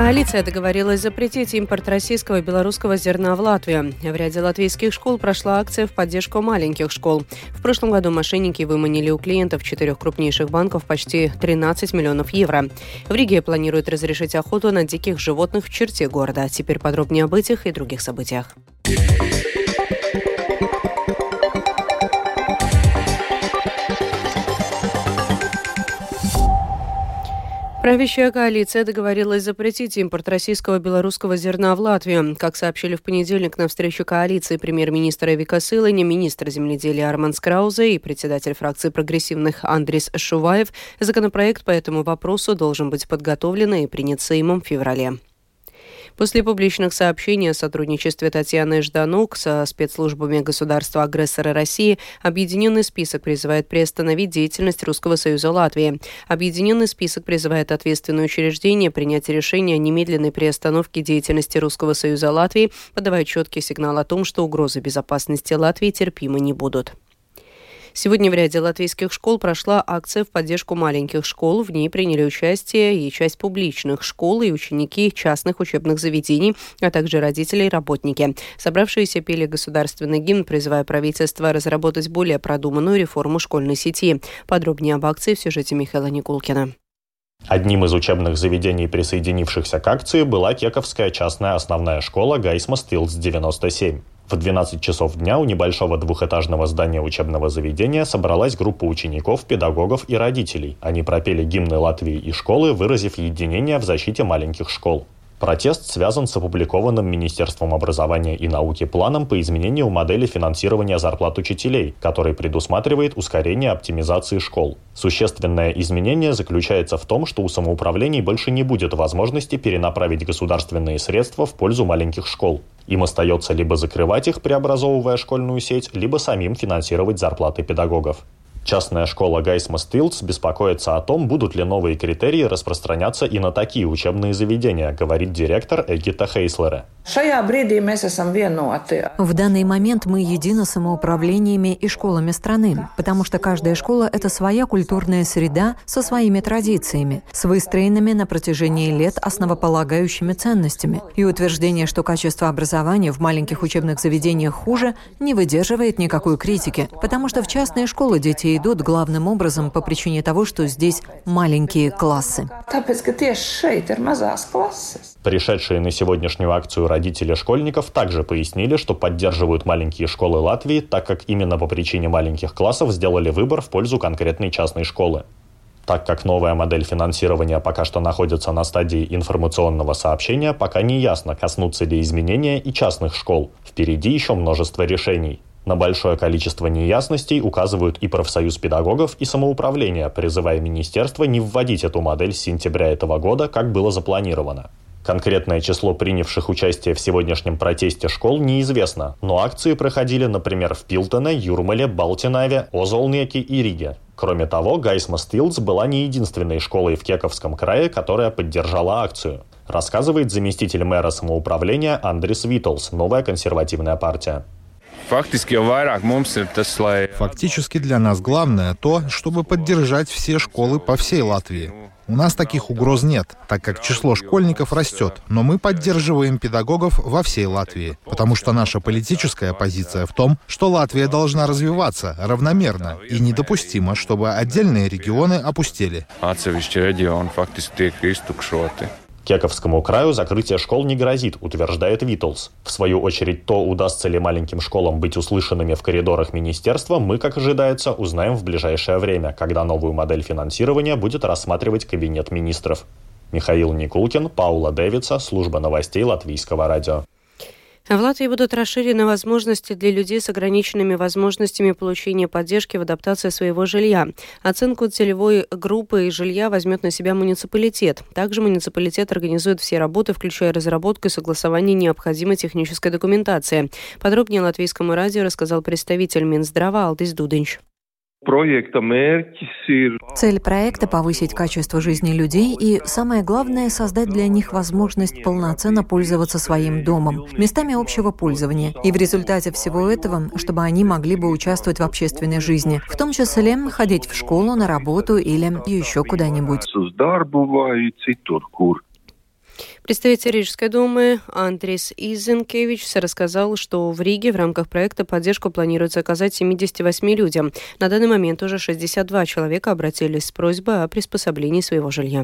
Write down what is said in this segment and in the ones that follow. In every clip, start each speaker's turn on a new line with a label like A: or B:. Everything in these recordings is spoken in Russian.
A: Коалиция договорилась запретить импорт российского и белорусского зерна в Латвию. В ряде латвийских школ прошла акция в поддержку маленьких школ. В прошлом году мошенники выманили у клиентов 4 крупнейших банков почти 13 миллионов евро. В Риге планируют разрешить охоту на диких животных в черте города. Теперь подробнее об этих и других событиях. Правящая коалиция договорилась запретить импорт российского и белорусского зерна в Латвию. Как сообщили в понедельник на встрече коалиции премьер-министра Вика Силани, министр земледелия Армандс Краузе и председатель фракции прогрессивных Андрис Шуваев, законопроект по этому вопросу должен быть подготовлен и принят Сеймом в феврале. После публичных сообщений о сотрудничестве Татьяны Жданук со спецслужбами государства-агрессора России, Объединенный список призывает приостановить деятельность Русского союза Латвии. Объединенный список призывает ответственные учреждения принять решение о немедленной приостановке деятельности Русского союза Латвии, подавая четкий сигнал о том, что угрозы безопасности Латвии терпимы не будут. Сегодня в ряде латвийских школ прошла акция в поддержку маленьких школ. В ней приняли участие и часть публичных школ, и ученики частных учебных заведений, а также родители и работники. Собравшиеся пели государственный гимн, призывая правительство разработать более продуманную реформу школьной сети. Подробнее об акции в сюжете Михаила Никулкина.
B: Одним из учебных заведений, присоединившихся к акции, была Кековская частная основная школа Gaismas tilts 97. В 12 часов дня у небольшого двухэтажного здания учебного заведения собралась группа учеников, педагогов и родителей. Они пропели гимны Латвии и школы, выразив единение в защите маленьких школ. Протест связан с опубликованным Министерством образования и науки планом по изменению модели финансирования зарплат учителей, который предусматривает ускорение оптимизации школ. Существенное изменение заключается в том, что у самоуправлений больше не будет возможности перенаправить государственные средства в пользу маленьких школ. Им остается либо закрывать их, преобразовывая школьную сеть, либо самим финансировать зарплаты педагогов. Частная школа Gaismas tilts беспокоится о том, будут ли новые критерии распространяться и на такие учебные заведения, говорит директор Эгита Хейслере.
C: В данный момент мы едины самоуправлениями и школами страны, потому что каждая школа – это своя культурная среда со своими традициями, с выстроенными на протяжении лет основополагающими ценностями. И утверждение, что качество образования в маленьких учебных заведениях хуже, не выдерживает никакой критики, потому что в частные школы дети идут главным образом по причине того, что здесь маленькие классы.
B: Пришедшие на сегодняшнюю акцию родители школьников также пояснили, что поддерживают маленькие школы Латвии, так как именно по причине маленьких классов сделали выбор в пользу конкретной частной школы. Так как новая модель финансирования пока что находится на стадии информационного сообщения, пока не ясно, коснутся ли изменения и частных школ. Впереди еще множество решений. На большое количество неясностей указывают и профсоюз педагогов, и самоуправление, призывая министерство не вводить эту модель с сентября этого года, как было запланировано. Конкретное число принявших участие в сегодняшнем протесте школ неизвестно, но акции проходили, например, в Пилтоне, Юрмале, Балтинаве, Озолнеке и Риге. Кроме того, Gaismas tilts была не единственной школой в Кековском крае, которая поддержала акцию, рассказывает заместитель мэра самоуправления Андрис Витолс, Новая консервативная партия.
D: Фактически для нас главное то, чтобы поддержать все школы по всей Латвии. У нас таких угроз нет, так как число школьников растет, но мы поддерживаем педагогов во всей Латвии, потому что наша политическая позиция в том, что Латвия должна развиваться равномерно и недопустимо, чтобы отдельные регионы опустели.
B: Кековскому краю закрытие школ не грозит, утверждает Витолс. В свою очередь, то, удастся ли маленьким школам быть услышанными в коридорах министерства, мы, как ожидается, узнаем в ближайшее время, когда новую модель финансирования будет рассматривать Кабинет министров. Михаил Никулкин, Паула Дэвидса, служба новостей Латвийского радио.
A: В Латвии будут расширены возможности для людей с ограниченными возможностями получения поддержки в адаптации своего жилья. Оценку целевой группы жилья возьмет на себя муниципалитет. Также муниципалитет организует все работы, включая разработку и согласование необходимой технической документации. Подробнее Латвийскому радио рассказал представитель Минздрава Алдис Дудинч.
C: Цель проекта – повысить качество жизни людей и, самое главное, создать для них возможность полноценно пользоваться своим домом, местами общего пользования. И в результате всего этого, чтобы они могли бы участвовать в общественной жизни, в том числе ходить в школу, на работу или еще куда-нибудь.
A: Представитель Рижской думы Андрис Изенкевичс рассказал, что в Риге в рамках проекта поддержку планируется оказать 78 людям. На данный момент уже 62 человека обратились с просьбой о приспособлении своего жилья.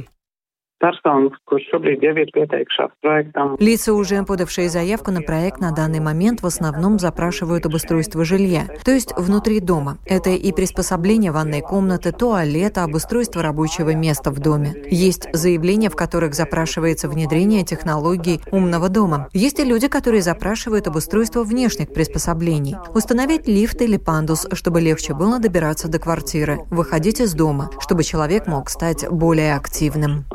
C: Лица, уже подавшие заявку на проект, на данный момент в основном запрашивают обустройство жилья, то есть внутри дома. Это и приспособление ванной комнаты, туалета, обустройство рабочего места в доме. Есть заявления, в которых запрашивается внедрение технологий умного дома. Есть и люди, которые запрашивают обустройство внешних приспособлений. Установить лифт или пандус, чтобы легче было добираться до квартиры. Выходить из дома, чтобы человек мог стать более активным.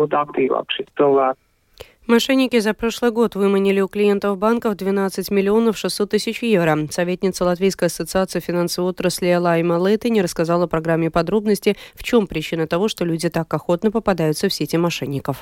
A: Мошенники за прошлый год выманили у клиентов банков 12 миллионов 600 тысяч евро. Советница Латвийской ассоциации финансовой отрасли Лайма Лейтини рассказала в программе подробности, в чем причина того, что люди так охотно попадаются в сети мошенников.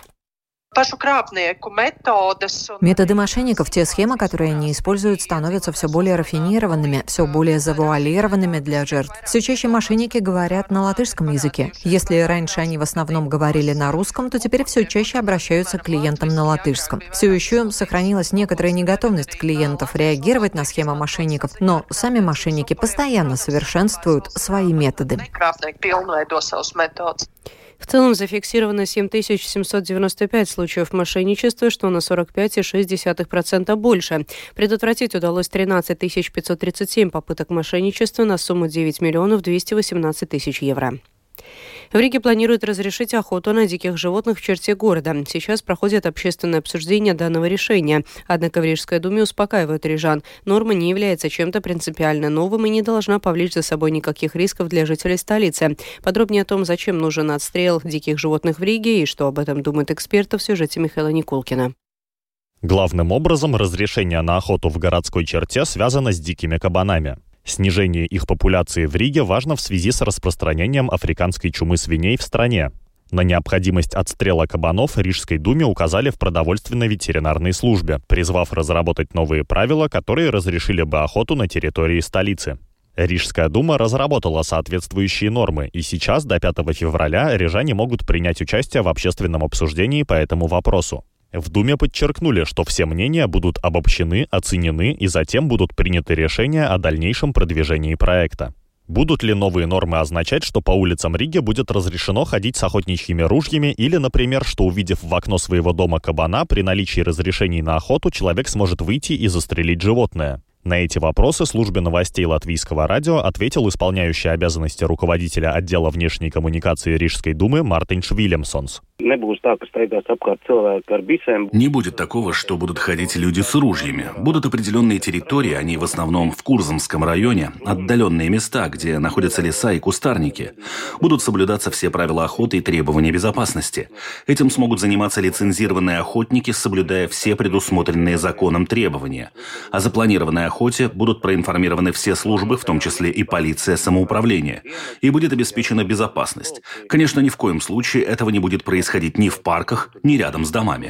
C: Методы мошенников, те схемы, которые они используют, становятся все более рафинированными, все более завуалированными для жертв. Все чаще мошенники говорят на латышском языке. Если раньше они в основном говорили на русском, то теперь все чаще обращаются к клиентам на латышском. Все еще сохранилась некоторая неготовность клиентов реагировать на схемы мошенников, но сами мошенники постоянно совершенствуют свои методы.
A: В целом зафиксировано 7795 случаев мошенничества, что на 45,6% больше. Предотвратить удалось 13 537 попыток мошенничества на сумму 9 миллионов 218 тысяч евро. В Риге планируют разрешить охоту на диких животных в черте города. Сейчас проходит общественное обсуждение данного решения. Однако в Рижской думе успокаивают рижан. Норма не является чем-то принципиально новым и не должна повлечь за собой никаких рисков для жителей столицы. Подробнее о том, зачем нужен отстрел диких животных в Риге и что об этом думают эксперты, в сюжете Михаила Никулкина.
B: Главным образом, разрешение на охоту в городской черте связано с дикими кабанами. Снижение их популяции в Риге важно в связи с распространением африканской чумы свиней в стране. На необходимость отстрела кабанов Рижской думе указали в продовольственной ветеринарной службе, призвав разработать новые правила, которые разрешили бы охоту на территории столицы. Рижская дума разработала соответствующие нормы, и сейчас, до 5 февраля, рижане могут принять участие в общественном обсуждении по этому вопросу. В Думе подчеркнули, что все мнения будут обобщены, оценены и затем будут приняты решения о дальнейшем продвижении проекта. Будут ли новые нормы означать, что по улицам Риги будет разрешено ходить с охотничьими ружьями или, например, что, увидев в окно своего дома кабана, при наличии разрешений на охоту человек сможет выйти и застрелить животное? На эти вопросы службе новостей Латвийского радио ответил исполняющий обязанности руководителя отдела внешней коммуникации Рижской думы Мартинš Вильямсонс.
E: Не будет такого, что будут ходить люди с ружьями. Будут определенные территории, они в основном в Курзамском районе, отдаленные места, где находятся леса и кустарники. Будут соблюдаться все правила охоты и требования безопасности. Этим смогут заниматься лицензированные охотники, соблюдая все предусмотренные законом требования. О запланированной охоте будут проинформированы все службы, в том числе и полиция самоуправления. И будет обеспечена безопасность. Конечно, ни в коем случае этого не будет происходить ни в парках, ни рядом с домами.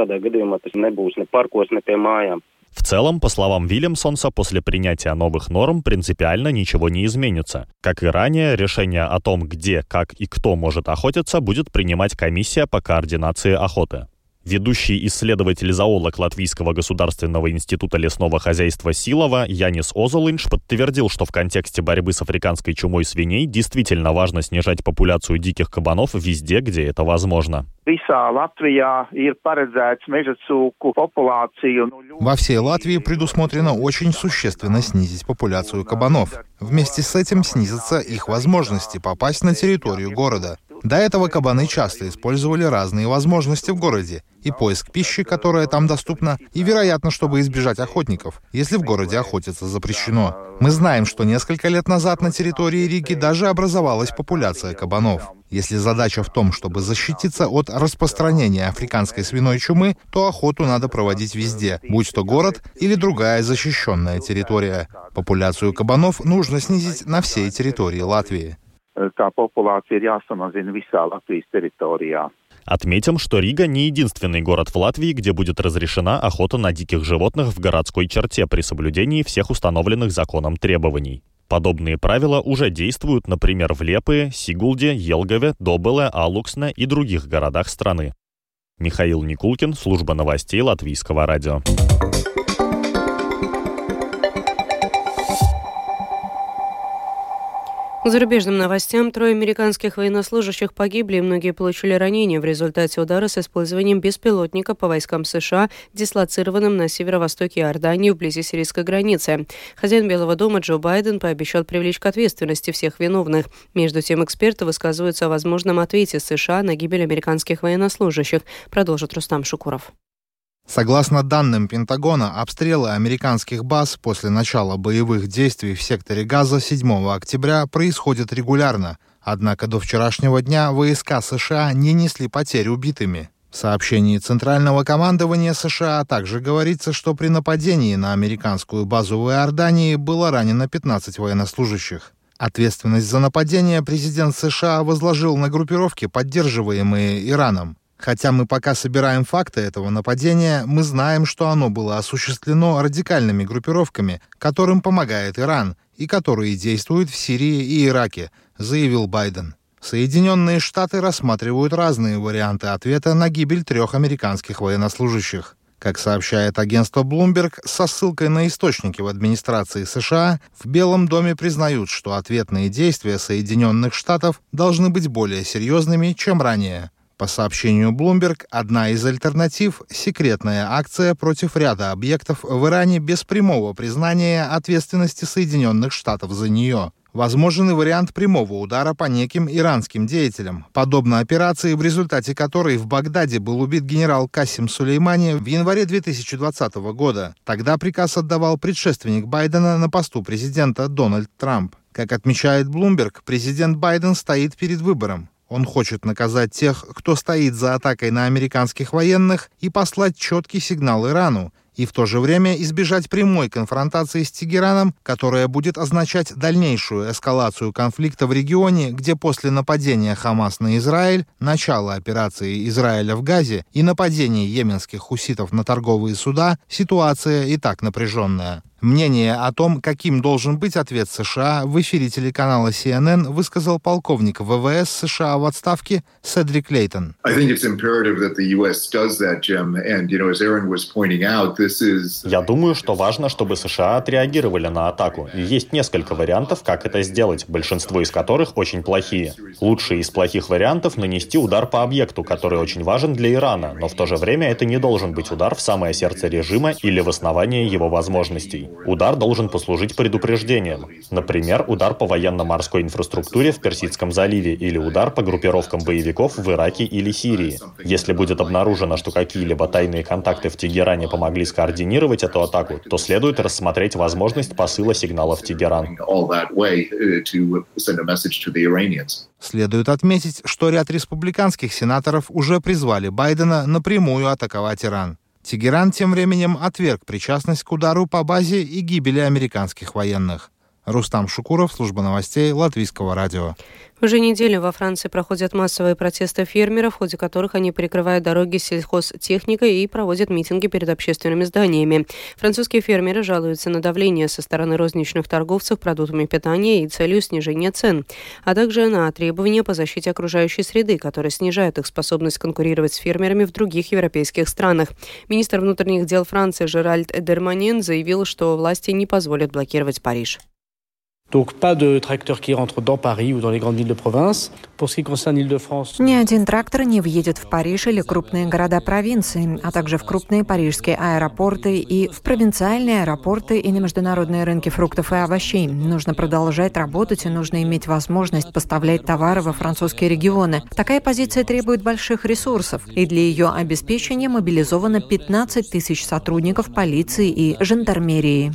B: В целом, по словам Вильямсонса, после принятия новых норм принципиально ничего не изменится. Как и ранее, решение о том, где, как и кто может охотиться, будет принимать комиссия по координации охоты. Ведущий исследователь-зоолог Латвийского государственного института лесного хозяйства Силова Янис Озолинш подтвердил, что в контексте борьбы с африканской чумой свиней действительно важно снижать популяцию диких кабанов везде, где это возможно.
D: Во всей Латвии предусмотрено очень существенно снизить популяцию кабанов. Вместе с этим снизятся их возможности попасть на территорию города. До этого кабаны часто использовали разные возможности в городе. И поиск пищи, которая там доступна, и, вероятно, чтобы избежать охотников, если в городе охотиться запрещено. Мы знаем, что несколько лет назад на территории Риги даже образовалась популяция кабанов. Если задача в том, чтобы защититься от распространения африканской свиной чумы, то охоту надо проводить везде, будь то город или другая защищенная территория. Популяцию кабанов нужно снизить на всей территории Латвии.
B: Отметим, что Рига не единственный город в Латвии, где будет разрешена охота на диких животных в городской черте при соблюдении всех установленных законом требований. Подобные правила уже действуют, например, в Лепое, Сигулде, Елгове, Добеле, Алуксне и других городах страны. Михаил Никулкин, служба новостей Латвийского радио.
A: К зарубежным новостям. 3 американских военнослужащих погибли и многие получили ранения в результате удара с использованием беспилотника по войскам США, дислоцированным на северо-востоке Иордании вблизи сирийской границы. Хозяин Белого дома Джо Байден пообещал привлечь к ответственности всех виновных. Между тем, эксперты высказываются о возможном ответе США на гибель американских военнослужащих. Продолжит Рустам Шукуров.
D: Согласно данным Пентагона, обстрелы американских баз после начала боевых действий в секторе Газа 7 октября происходят регулярно. Однако до вчерашнего дня войска США не несли потерь убитыми. В сообщении Центрального командования США также говорится, что при нападении на американскую базу в Иордании было ранено 15 военнослужащих. Ответственность за нападение президент США возложил на группировки, поддерживаемые Ираном. Хотя мы пока собираем факты этого нападения, мы знаем, что оно было осуществлено радикальными группировками, которым помогает Иран, и которые действуют в Сирии и Ираке, заявил Байден. Соединенные Штаты рассматривают разные варианты ответа на гибель 3 американских военнослужащих. Как сообщает агентство Bloomberg, со ссылкой на источники в администрации США, в Белом доме признают, что ответные действия Соединенных Штатов должны быть более серьезными, чем ранее. По сообщению Bloomberg, одна из альтернатив – секретная акция против ряда объектов в Иране без прямого признания ответственности Соединенных Штатов за нее. Возможен и вариант прямого удара по неким иранским деятелям, подобно операции, в результате которой в Багдаде был убит генерал Касим Сулеймани в январе 2020 года. Тогда приказ отдавал предшественник Байдена на посту президента Дональд Трамп. Как отмечает Bloomberg, президент Байден стоит перед выбором. Он хочет наказать тех, кто стоит за атакой на американских военных, и послать четкий сигнал Ирану, и в то же время избежать прямой конфронтации с Тегераном, которая будет означать дальнейшую эскалацию конфликта в регионе, где после нападения Хамас на Израиль, начала операции Израиля в Газе и нападения йеменских хуситов на торговые суда, ситуация и так напряженная. Мнение о том, каким должен быть ответ США, в эфире телеканала CNN высказал полковник ВВС США в отставке Седрик Лейтон.
B: Я думаю, что важно, чтобы США отреагировали на атаку. И есть несколько вариантов, как это сделать, большинство из которых очень плохие. Лучший из плохих вариантов — нанести удар по объекту, который очень важен для Ирана, но в то же время это не должен быть удар в самое сердце режима или в основание его возможностей. Удар должен послужить предупреждением. Например, удар по военно-морской инфраструктуре в Персидском заливе или удар по группировкам боевиков в Ираке или Сирии. Если будет обнаружено, что какие-либо тайные контакты в Тегеране помогли скоординировать эту атаку, то следует рассмотреть возможность посыла сигнала в Тегеран.
D: Следует отметить, что ряд республиканских сенаторов уже призвали Байдена напрямую атаковать Иран. Тегеран тем временем отверг причастность к удару по базе и гибели американских военных. Рустам Шукуров, служба новостей Латвийского радио.
A: Уже неделю во Франции проходят массовые протесты фермеров, в ходе которых они перекрывают дороги с сельхозтехникой и проводят митинги перед общественными зданиями. Французские фермеры жалуются на давление со стороны розничных торговцев продуктами питания и целью снижения цен, а также на требования по защите окружающей среды, которые снижают их способность конкурировать с фермерами в других европейских странах. Министр внутренних дел Франции Жеральд Дарманин заявил, что власти не позволят блокировать Париж.
C: Ни один трактор не въедет в Париж или крупные города провинции, а также в крупные парижские аэропорты и в провинциальные аэропорты и на международные рынки фруктов и овощей. Нужно продолжать работать и нужно иметь возможность поставлять товары во французские регионы. Такая позиция требует больших ресурсов, и для ее обеспечения мобилизовано 15 тысяч сотрудников полиции и жандармерии.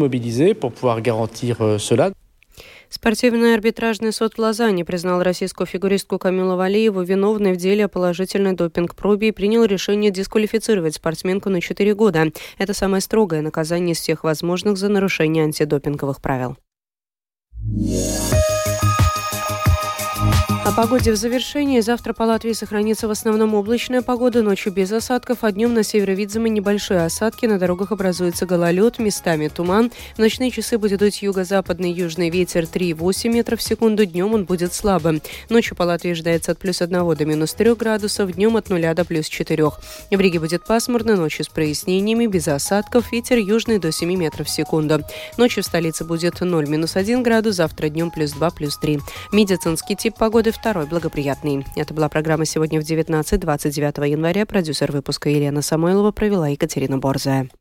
A: Спортивный арбитражный суд в Лозанне признал российскую фигуристку Камилу Валиеву виновной в деле о положительной допинг-пробе и принял решение дисквалифицировать спортсменку на 4 года. Это самое строгое наказание из всех возможных за нарушение антидопинговых правил. Погоде в завершении. Завтра по Латвии сохранится в основном облачная погода, ночью без осадков, а днем на севере Видземы небольшие осадки, на дорогах образуется гололед, местами туман. В ночные часы будет дуть юго-западный южный ветер 3,8 метров в секунду, днем он будет слабым. Ночью по Латвии ожидается от +1 до -3 градусов, днем от 0 до +4. В Риге будет пасмурно, ночью с прояснениями, без осадков, ветер южный до 7 метров в секунду. Ночью в столице будет 0-1 градус, завтра днем +2, +3. Медицинский тип погоды второй благоприятный. Это была программа «Сегодня в 19:29 января». Продюсер выпуска Елена Самойлова, провела Екатерина Борзая.